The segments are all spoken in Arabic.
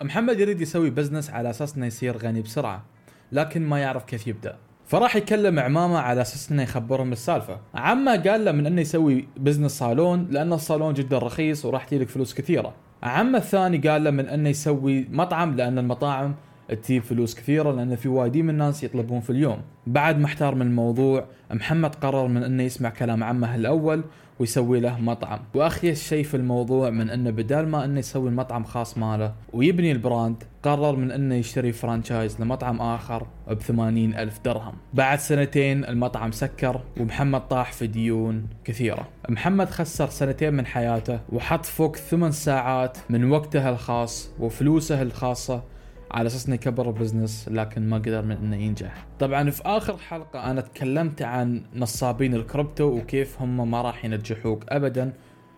محمد يريد يسوي بزنس على أساس إنه يصير غني بسرعة، لكن ما يعرف كيف يبدأ. فراح يكلم عمامه على أساس إنه يخبرهم السالفة. عمه قال له من إنه يسوي بزنس صالون، لأن الصالون جدا رخيص وراح تجيلك فلوس كثيرة. عمه الثاني قال له من إنه يسوي مطعم، لأن المطاعم تجيب فلوس كثيرة، لأن في وايدين من الناس يطلبون في اليوم. بعد ما احتار من الموضوع، محمد قرر من إنه يسمع كلام عمه الأول ويسوي له مطعم. وأخيس شيء في الموضوع من إنه بدال ما إنه يسوي المطعم خاص ماله ويبني البراند، قرر من إنه يشتري فرانشايز لمطعم آخر ب80,000 درهم. بعد 2 المطعم سكر، ومحمد طاح في ديون كثيرة. محمد خسر 2 من حياته، وحط فوق 8 ساعات من وقته الخاص وفلوسه الخاصة على أساس إنه يكبر البزنس، لكن ما قدر من إنه ينجح. طبعا في آخر حلقة أنا تكلمت عن نصابين الكريبتو وكيف هم ما راح ينجحوك أبدا،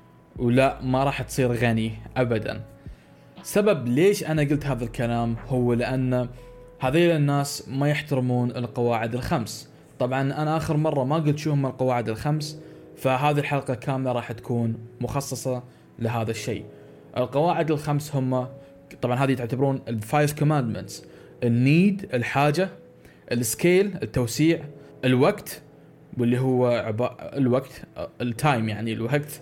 ولا ما راح تصير غني أبدا. سبب ليش أنا قلت هذا الكلام هو لأن هذيل الناس ما يحترمون القواعد الخمس. طبعا أنا آخر مرة ما قلت شو هم القواعد الخمس، فهذه الحلقة كاملة راح تكون مخصصة لهذا الشيء. القواعد الخمس هم طبعا هذه تعتبرون الفايف كوماندمنتس: النيد الحاجة، السكيل التوسيع، الوقت واللي هو الوقت التايم يعني الوقت،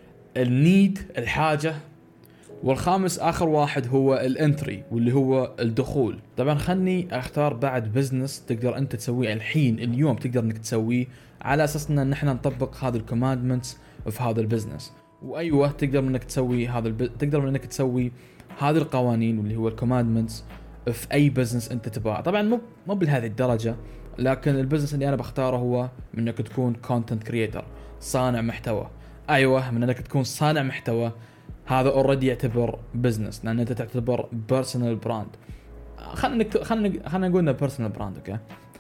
النيد الحاجة، والخامس آخر واحد هو الانتري واللي هو الدخول. طبعا خلني اختار بعد بزنس تقدر انت تسويه الحين اليوم، تقدر انك تسويه على اساس ان نحن نطبق هذه الكوماندمنتس في هذا البزنس. وايوه تقدر انك تسوي تقدر انك تسوي هذه القوانين واللي هو الكوماندمنتس في اي بزنس انت تبغاه. طبعا مو بهذه الدرجة، لكن البزنس اللي انا بختاره هو من انك تكون كونتنت كرييتر، صانع محتوى. ايوه من انك تكون صانع محتوى، هذا اوريدي يعتبر بزنس، لان انت تعتبر بيرسونال براند. خلينا نقول بيرسونال براند. اوكي.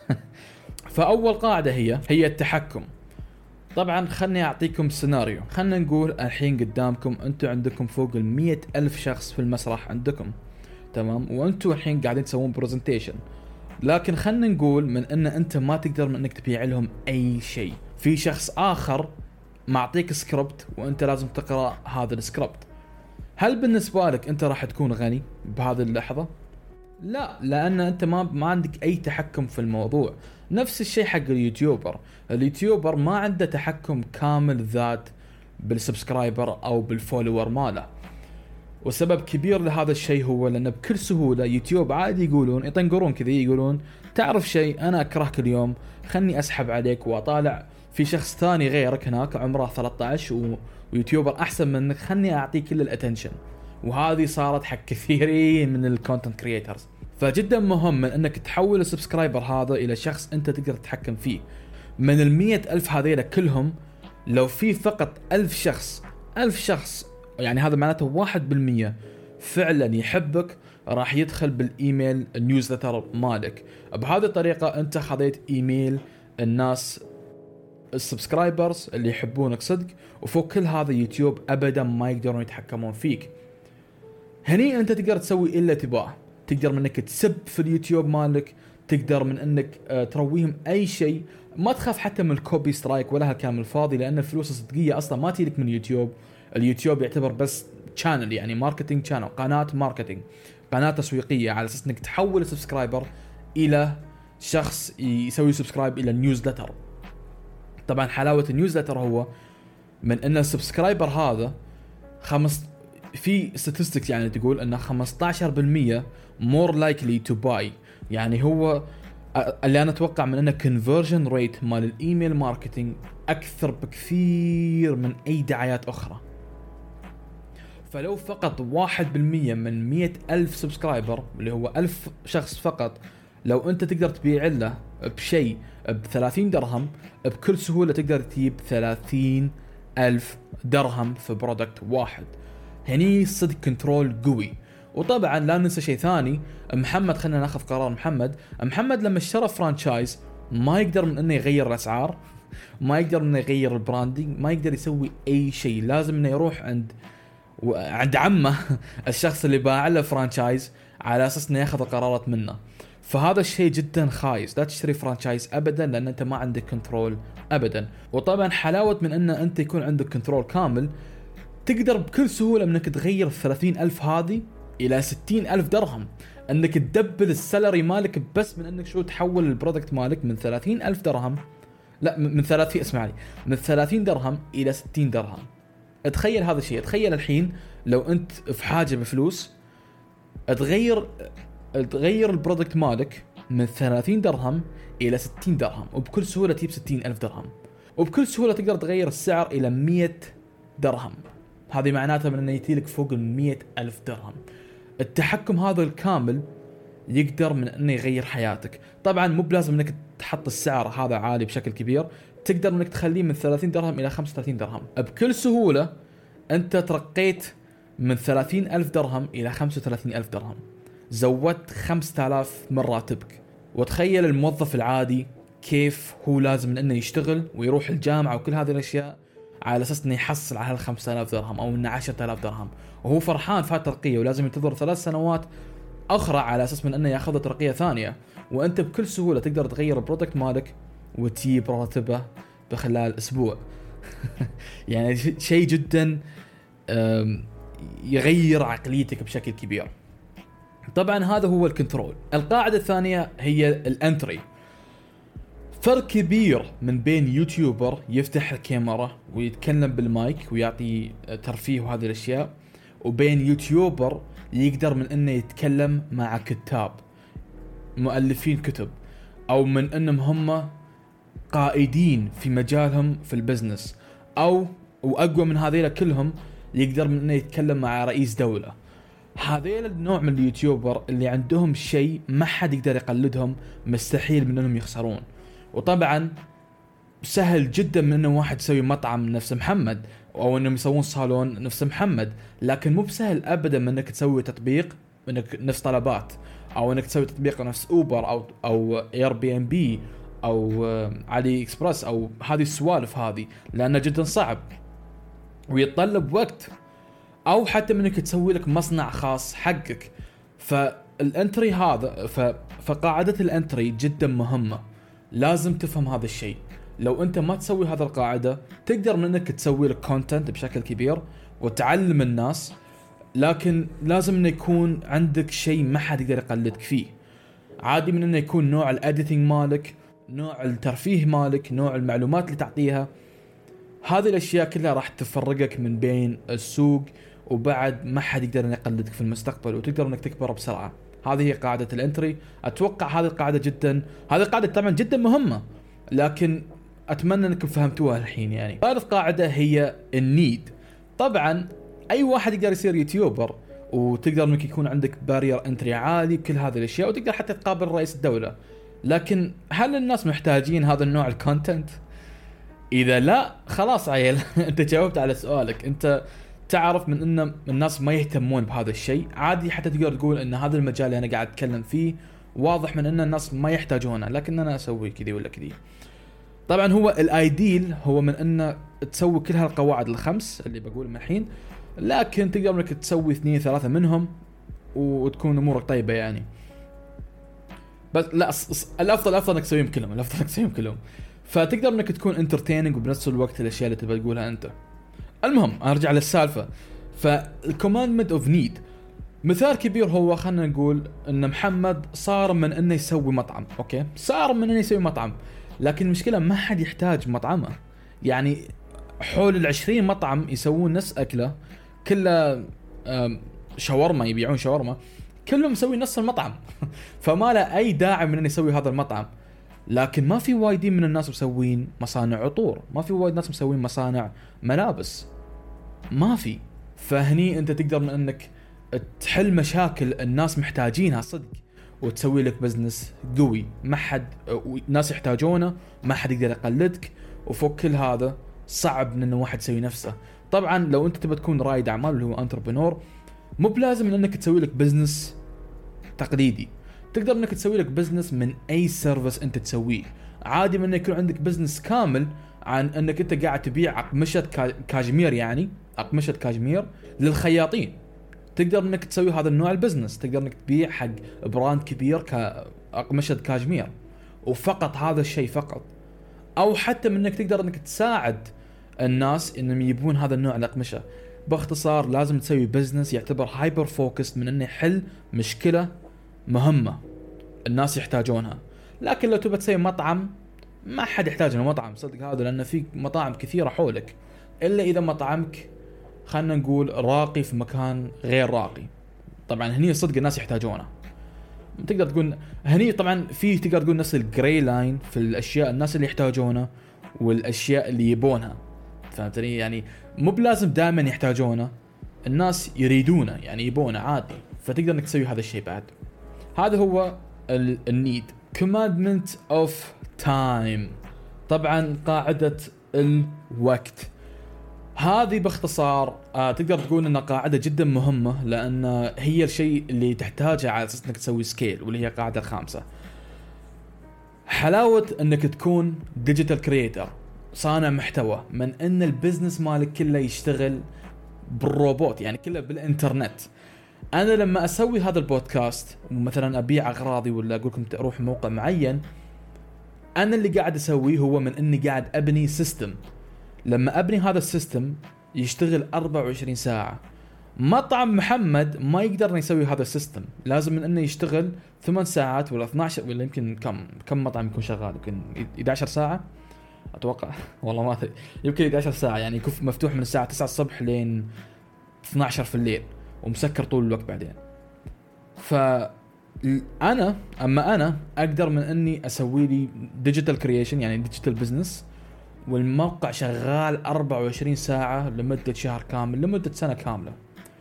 فاول قاعدة هي التحكم. طبعا خلني اعطيكم سيناريو. خلنا نقول الحين قدامكم انتم عندكم فوق 100,000 شخص في المسرح عندكم، تمام، وانتم الحين قاعدين تسوون برزنتيشن. لكن خلنا نقول من ان انت ما تقدر من انك تبيع لهم اي شيء. في شخص اخر معطيك سكريبت وانت لازم تقرأ هذا السكريبت. هل بالنسبة لك انت راح تكون غني بهذه اللحظة؟ لا، لان انت ما عندك اي تحكم في الموضوع. نفس الشيء حق اليوتيوبر ما عنده تحكم كامل ذات بالسبسكرايبر او بالفولور ماله. وسبب كبير لهذا الشيء هو لأن بكل سهولة يوتيوب عادي يطنقرون كذا، يقولون تعرف شيء أنا أكرهك اليوم، خلني أسحب عليك وأطالع في شخص ثاني غيرك هناك عمره 13 ويوتيوبر أحسن منك، خلني أعطيه كل الاتنشن. وهذه صارت حق كثيرين من الكونتنت كرييترز. فجدا مهم من أنك تحول السبسكرايبر هذا إلى شخص أنت تقدر تتحكم فيه. من 100,000 هذيلا كلهم، لو في فقط 1000 شخص يعني هذا معناته 1% فعلا يحبك، راح يدخل بالايميل النيوزلتر مالك. بهذه الطريقة انت خذيت ايميل الناس السبسكرايبرز اللي يحبونك صدق، وفوق كل هذا يوتيوب ابدا ما يقدرون يتحكمون فيك. هني انت تقدر تسوي الا تباه، تقدر من انك تسب في اليوتيوب مالك، تقدر من انك ترويهم اي شيء، ما تخاف حتى من الكوبي سترايك ولا هالكلام الفاضي، لان الفلوس الصدقية اصلا ما تجيلك من اليوتيوب يعتبر بس channel، يعني ماركتينج channel، قناة ماركتينج، قناة تسويقية، على اساس انك تحول السبسكرايبر الى شخص يسوي سبسكرايب الى النيوزلتر. طبعا حلاوة النيوزلتر هو من ان السبسكرايبر هذا في statistics يعني تقول انه 15% more likely to buy. يعني هو اللي انا اتوقع من انه conversion rate مال الايميل ماركتينج اكثر بكثير من اي دعايات اخرى. فلو فقط 1% من 100,000 سبسكرايبر اللي هو 1000 شخص فقط، لو انت تقدر تبيع له بشيء ب30 درهم، بكل سهولة تقدر تجيب 30,000 درهم في برودكت واحد. هني صدق كنترول قوي. وطبعا لا ننسى شيء ثاني، محمد، خلينا ناخذ قرار محمد لما اشترى فرانشايز ما يقدر من انه يغير الاسعار، ما يقدر انه يغير البراندينج، ما يقدر يسوي اي شيء. لازم انه يروح عند عمه الشخص اللي باع له فرانشايز على اساس انه ياخذ القرارات منه. فهذا الشيء جدا خايس. لا تشتري فرانشايز ابدا، لان انت ما عندك كنترول ابدا. وطبعا حلاوة من ان انت يكون عندك كنترول كامل، تقدر بكل سهولة انك تغير 30,000 هذه الى 60,000 درهم، انك تدبل السالري مالك بس من انك شو تحول البرودكت مالك من 30,000 درهم، لا من 30، اسمع لي، من 30 درهم الى 60 درهم. تخيل هذا الشيء. تخيل الحين لو انت في حاجه بفلوس، تغير البرودكت مالك من 30 درهم الى 60 درهم، وبكل سهوله تجيب 60,000 درهم، وبكل سهوله تقدر تغير السعر الى 100 درهم. هذه معناتها من انه يتيلك فوق 100,000 درهم. التحكم هذا الكامل يقدر من انه يغير حياتك. طبعا مو بلازم انك تحط السعر هذا عالي بشكل كبير، تقدر انك تخليه من 30 درهم الى 35 درهم. بكل سهولة انت ترقيت من 30,000 درهم الى 35,000 درهم، زودت 5,000 من راتبك. وتخيل الموظف العادي كيف هو لازم من انه يشتغل ويروح الجامعة وكل هذه الاشياء على اساس انه يحصل على 5,000 درهم او انه 10,000 درهم، وهو فرحان فات ترقية ولازم ينتظر 3 سنوات اخرى على اساس من انه ياخذ ترقية ثانية. وانت بكل سهولة تقدر تغير البرودكت مالك وتجيب راتبه بخلال اسبوع. يعني شيء جدا يغير عقليتك بشكل كبير. طبعا هذا هو الكنترول. القاعدة الثانية هي الانتري. فرق كبير من بين يوتيوبر يفتح الكاميرا ويتكلم بالمايك ويعطي ترفيه وهذه الاشياء، وبين يوتيوبر يقدر من انه يتكلم مع كتاب مؤلفين كتب، او من انهم هم قائدين في مجالهم في البزنس، او واقوى من هذيلا كلهم يقدر من انه يتكلم مع رئيس دولة. هذيل النوع من اليوتيوبر اللي عندهم شيء ما حد يقدر يقلدهم، مستحيل من انهم يخسرون. وطبعا سهل جدا من انه واحد يسوي مطعم نفس محمد، او انهم يسوون صالون نفس محمد، لكن مو بسهل ابدا من انك تسوي تطبيق انك نفس طلبات، او انك تسوي تطبيق نفس اوبر او اير بي ام بي او علي اكسبرس او هذه السوالف هذه، لانه جدا صعب ويتطلب وقت. او حتى من انك تسوي لك مصنع خاص حقك. فالانتري هذا فقاعدة الانتري جدا مهمة، لازم تفهم هذا الشيء. لو انت ما تسوي هذا القاعدة تقدر من انك تسوي لك كونتنت بشكل كبير وتعلم الناس، لكن لازم انه يكون عندك شيء ما حد يقدر يقلدك فيه. عادي من انه يكون نوع الاديتنج مالك، نوع الترفيه مالك، نوع المعلومات اللي تعطيها. هذه الاشياء كلها راح تفرقك من بين السوق، وبعد ما حد يقدر ان يقلدك في المستقبل، وتقدر انك تكبر بسرعة. هذه هي قاعدة الانتري. اتوقع هذه القاعدة طبعا جدا مهمة، لكن اتمنى انكم فهمتوها الحين. يعني ثالث قاعدة هي النيد. طبعا اي واحد يقدر يصير يوتيوبر، وتقدر انك يكون عندك بارير انتري عالي كل هذه الاشياء، وتقدر حتى تقابل رئيس الدولة. لكن هل الناس محتاجين هذا النوع الكونتنت؟ اذا لا خلاص عيل. انت جاوبت على سؤالك. انت تعرف من ان الناس ما يهتمون بهذا الشيء. عادي حتى تقدر تقول ان هذا المجال اللي انا قاعد اتكلم فيه واضح من ان الناس ما يحتاجونه، لكن انا اسوي كذي ولا كذي. طبعا هو الايديل هو من ان تسوي كل هالقواعد الخمس اللي بقول من الحين، لكن تقدر انك تسوي 2-3 منهم وتكون امورك طيبة يعني. بس لا الافضل انك تسويهم كلهم. فتقدر انك تكون انترتيننج وبنفس الوقت الاشياء اللي تبغى تقولها انت. المهم ارجع للسالفة. فالكوماندمنت اوف نيد مثال كبير هو، خلنا نقول ان محمد صار من انه يسوي مطعم. اوكي صار من انه يسوي مطعم، لكن المشكلة ما حد يحتاج مطعمه. يعني حول 20 مطعم يسوون نفس اكله، كله شاورما، يبيعون شاورما، كلهم يسوي نفس المطعم. فما له اي داعي من انه يسوي هذا المطعم. لكن ما في وايدين من الناس مسوين مصانع عطور، ما في وايد ناس مسوين مصانع ملابس، ما في. فهني انت تقدر من انك تحل مشاكل الناس محتاجينها صدق، وتسوي لك بزنس قوي ما حد ناس يحتاجونه، ما حد يقدر يقلدك. وفوق كل هذا صعب ان واحد يسوي نفسه. طبعا لو انت تبى تكون رائد اعمال اللي هو انتربرنور، مو بلازم ان انك تسوي لك بزنس تقليدي. تقدر انك تسوي لك بزنس من اي سيرفيس انت تسويه. عادي من انه يكون عندك بزنس كامل عن انك انت قاعد تبيع اقمشة كاشمير، يعني اقمشة كاشمير للخياطين. تقدر انك تسوي هذا النوع البزنس، تقدر انك تبيع حق براند كبير كاقمشة كاشمير وفقط هذا الشيء فقط. او حتى من انك تقدر انك تساعد الناس انهم يبون هذا النوع الاقمشة. باختصار لازم تسوي بزنس يعتبر هايبر فوكس من انه يحل مشكلة مهمة الناس يحتاجونها. لكن لو تبى تسوي مطعم ما حد يحتاج انه مطعم، صدق هذا، لان في مطاعم كثيرة حولك، الا اذا مطعمك خلنا نقول راقي في مكان غير راقي. طبعا هني صدق الناس يحتاجونه. تقدر تقول هني طبعا في تقدر تقول نفس الجراي لاين في الاشياء الناس اللي يحتاجونه والاشياء اللي يبونها، فهمتني؟ يعني مو بلازم دائما يحتاجونه، الناس يريدونه يعني يبونه عادي، فتقدر انك تسوي هذا الشيء بعد. هذا هو النيد. commandment of time، طبعا قاعدة الوقت. هذه باختصار تقدر تقول انها قاعدة جدا مهمة، لان هي الشيء اللي تحتاجه على اساس انك تسوي سكيل، واللي هي القاعدة الخامسة. حلاوة انك تكون ديجيتال كرييتر، صانع محتوى، من ان البزنس مالك كله يشتغل بالروبوت، يعني كله بالانترنت. انا لما اسوي هذا البودكاست ومثلا ابيع اغراضي ولا اقول لكم تروح موقع معين، انا اللي قاعد اسويه هو من اني قاعد ابني سيستم. لما ابني هذا السيستم يشتغل 24 ساعة. مطعم محمد ما يقدر انه يسوي هذا السيستم، لازم من انه يشتغل 8 ساعات ولا 12 ولا يمكن كم مطعم يكون شغال، يمكن 11 ساعة اتوقع والله ما ادري، يمكن 11 ساعة، يعني يكون مفتوح من الساعة 9 الصبح لين 12 في الليل ومسكر طول الوقت بعدين. فأنا أنا أقدر من أني أسوي لي ديجيتال كرييشن، يعني ديجيتال بزنس، والموقع شغال 24 ساعة لمدة شهر كامل، لمدة سنة كاملة،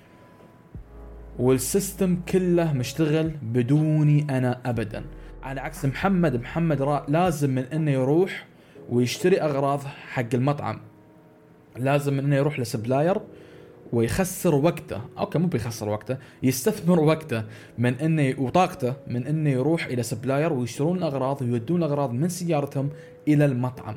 والسيستم كله مشتغل بدوني أنا أبدا. على عكس محمد لازم من أنه يروح ويشتري أغراض حق المطعم، لازم من أنه يروح لسبلاير ويخسر وقته، اوكي مو بيخسر وقته، يستثمر وقته من انه وطاقته من انه يروح الى سبلاير ويشترون الاغراض ويودون الاغراض من سيارتهم الى المطعم.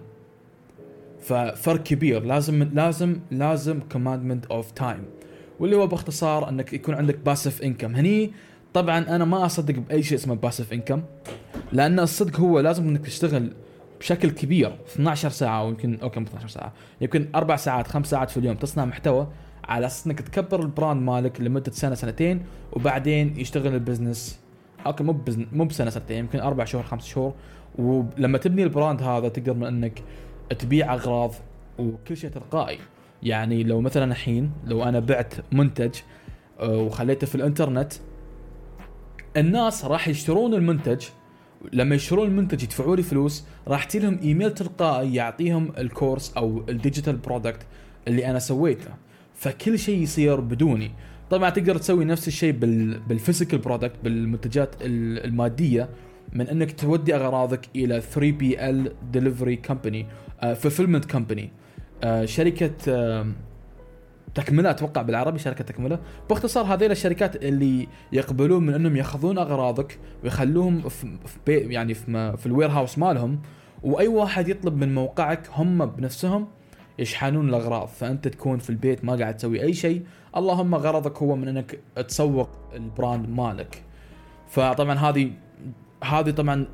ففرق كبير. لازم commandment of time، واللي هو باختصار انك يكون عندك باسيف انكم. هني طبعا انا ما اصدق باي شيء اسمه باسيف انكم، لان الصدق هو لازم انك تشتغل بشكل كبير 12 ساعه، او يمكن اوكي 12 ساعه، يمكن 4 ساعات 5 ساعات في اليوم تصنع محتوى على اساس انك تكبر البراند مالك لمده سنه سنتين، وبعدين يشتغل البزنس. اوكي مو بسنه سنتين، يمكن 4 شهور 5 شهور. ولما تبني البراند هذا تقدر من انك تبيع اغراض وكل شيء تلقائي. يعني لو مثلا الحين لو انا بعت منتج وخليته في الانترنت، الناس راح يشترون المنتج. لما يشترون المنتج يدفعوا لي فلوس، راح تجيلهم ايميل تلقائي يعطيهم الكورس او الديجيتال برودكت اللي انا سويته. فكل شيء يصير بدوني. طبعا تقدر تسوي نفس الشيء بالفيزيكال برودكت، بالمنتجات الماديه، من انك تودي اغراضك الى 3PL ديليفري كمباني، فولفيلمنت كمباني، شركه تكمله اتوقع بالعربي، شركه تكمله. باختصار هذيل الشركات اللي يقبلون من انهم ياخذون اغراضك ويخلوهم يعني في الوير هاوس مالهم، واي واحد يطلب من موقعك هم بنفسهم يشحنون الاغراض، فانت تكون في البيت ما قاعد تسوي اي شيء، اللهم غرضك هو من انك تسوق البراند مالك. فطبعا هذه طبعا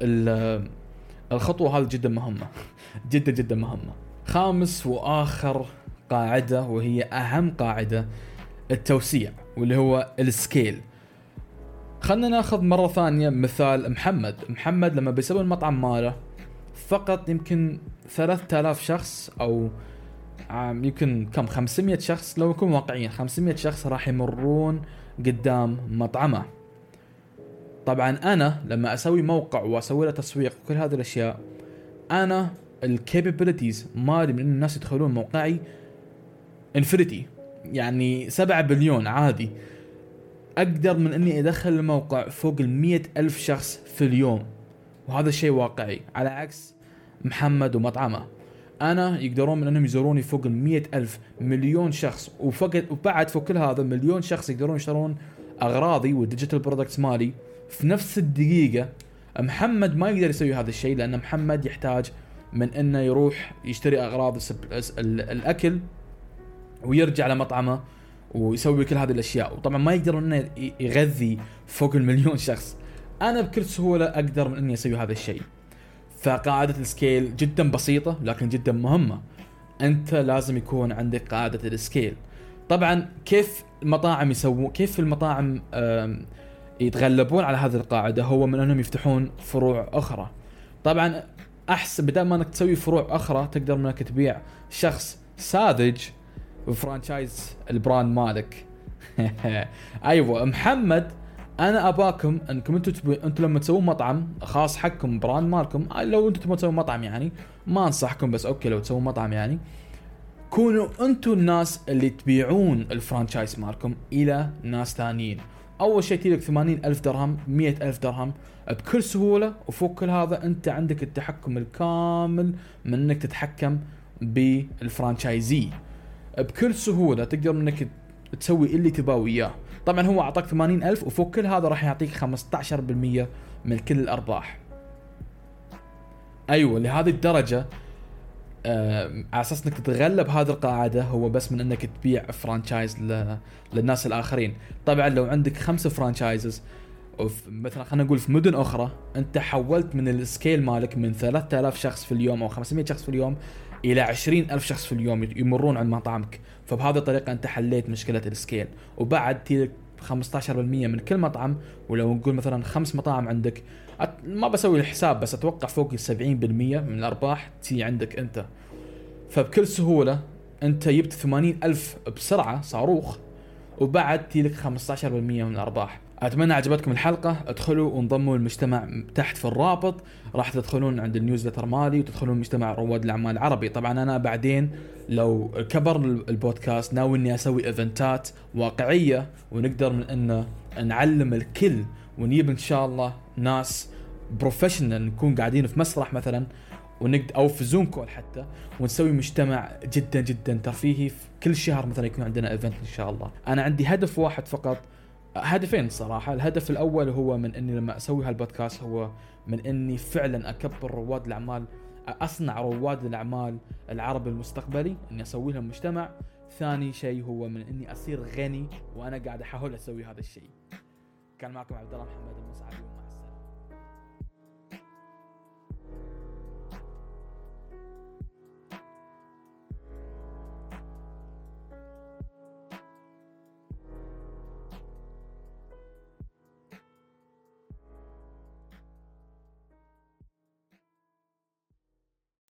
الخطوه هذه جدا مهمه جدا جدا مهمه. خامس واخر قاعده، وهي اهم قاعده، التوسيع، واللي هو السكيل. خلنا ناخذ مره ثانيه مثال محمد لما بيسوي المطعم ماله، فقط يمكن 3000 شخص او يمكن 500 شخص، لو نكون واقعيين 500 شخص راح يمرون قدام مطعمه. طبعا انا لما اسوي موقع واسوي له تسويق وكل هذه الاشياء، انا الكابابيلتيز مالي من الناس يدخلون موقعي انفينيتي، يعني 7 بليون عادي. اقدر من اني ادخل الموقع فوق 100,000 شخص في اليوم، وهذا الشيء واقعي. على عكس محمد ومطعمه، انا يقدرون من انهم يزوروني فوق 100,000 مليون شخص، وبعد فوق كل هذا مليون شخص يقدرون يشترون اغراضي والديجيتال برودكتس مالي في نفس الدقيقه. محمد ما يقدر يسوي هذا الشيء، لان محمد يحتاج من انه يروح يشتري اغراض الاكل ويرجع لمطعمه ويسوي كل هذه الاشياء، وطبعا ما يقدر انه يغذي فوق المليون شخص. انا بكل سهوله اقدر من اني اسوي هذا الشيء. فقاعده السكيل جدا بسيطه لكن جدا مهمه. انت لازم يكون عندك قاعده السكيل. طبعا كيف المطاعم كيف المطاعم يتغلبون على هذه القاعدة؟ هو من انهم يفتحون فروع اخرى. طبعا احسن بدل ما انك تسوي فروع اخرى تقدر انك تبيع شخص ساذج بفرانشايز البراند مالك. ايوه محمد، انا اباكم انكم انتم لما تسوون مطعم خاص حقكم براند مالكم، لو انتم تبون تسوون مطعم يعني ما انصحكم، بس اوكي لو تسوون مطعم يعني كونوا انتم الناس اللي تبيعون الفرانشايز مالكم الى ناس ثانيين. اول شيء تجيك 80,000 درهم 100,000 درهم بكل سهولة، وفوق كل هذا انت عندك التحكم الكامل من انك تتحكم بالفرانشايزي بكل سهولة. تقدر انك تسوي اللي تباه اياه. طبعا هو اعطاك 80,000 وفوق كل هذا راح يعطيك 15% من كل الارباح. ايوه لهذه الدرجة على اساس انك تتغلب هذه القاعدة هو بس من انك تبيع فرانشايز للناس الاخرين. طبعا لو عندك 5 فرانشايزز مثلا خلينا نقول في مدن اخرى، انت حولت من السكيل مالك من 3000 شخص في اليوم او 500 شخص في اليوم الى 20,000 شخص في اليوم يمرون عند مطعمك. فبهذه الطريقة انت حليت مشكلة السكيل. وبعد تيلك 15% من كل مطعم، ولو نقول مثلا 5 مطاعم عندك، ما بسوي الحساب بس اتوقع فوق 70% من الارباح تي عندك انت. فبكل سهولة انت جبت 80,000 بسرعة صاروخ، وبعد تيلك 15% من الارباح. اتمنى عجبتكم الحلقة. ادخلوا وانضموا للمجتمع تحت في الرابط، راح تدخلون عند النيوزلتر مالي وتدخلون مجتمع رواد الاعمال العربي. طبعا انا بعدين لو كبر البودكاست ناوي اني اسوي ايفنتات واقعية ونقدر من انه نعلم الكل، ونجيب ان شاء الله ناس بروفيشنال، نكون قاعدين في مسرح مثلا او في زوم كول حتى، ونسوي مجتمع جدا جدا ترفيهي. في كل شهر مثلا يكون عندنا ايفنت ان شاء الله. انا عندي هدف واحد فقط، هدفين صراحة. الهدف الاول هو من اني لما اسوي هالبودكاست هو من اني فعلا اكبر رواد الاعمال، اصنع رواد الاعمال العربي المستقبلي، اني اسوي لهم مجتمع. ثاني شيء هو من اني اصير غني وانا قاعد احاول اسوي هذا الشيء. كان معكم عبد الله محمد المسعدي.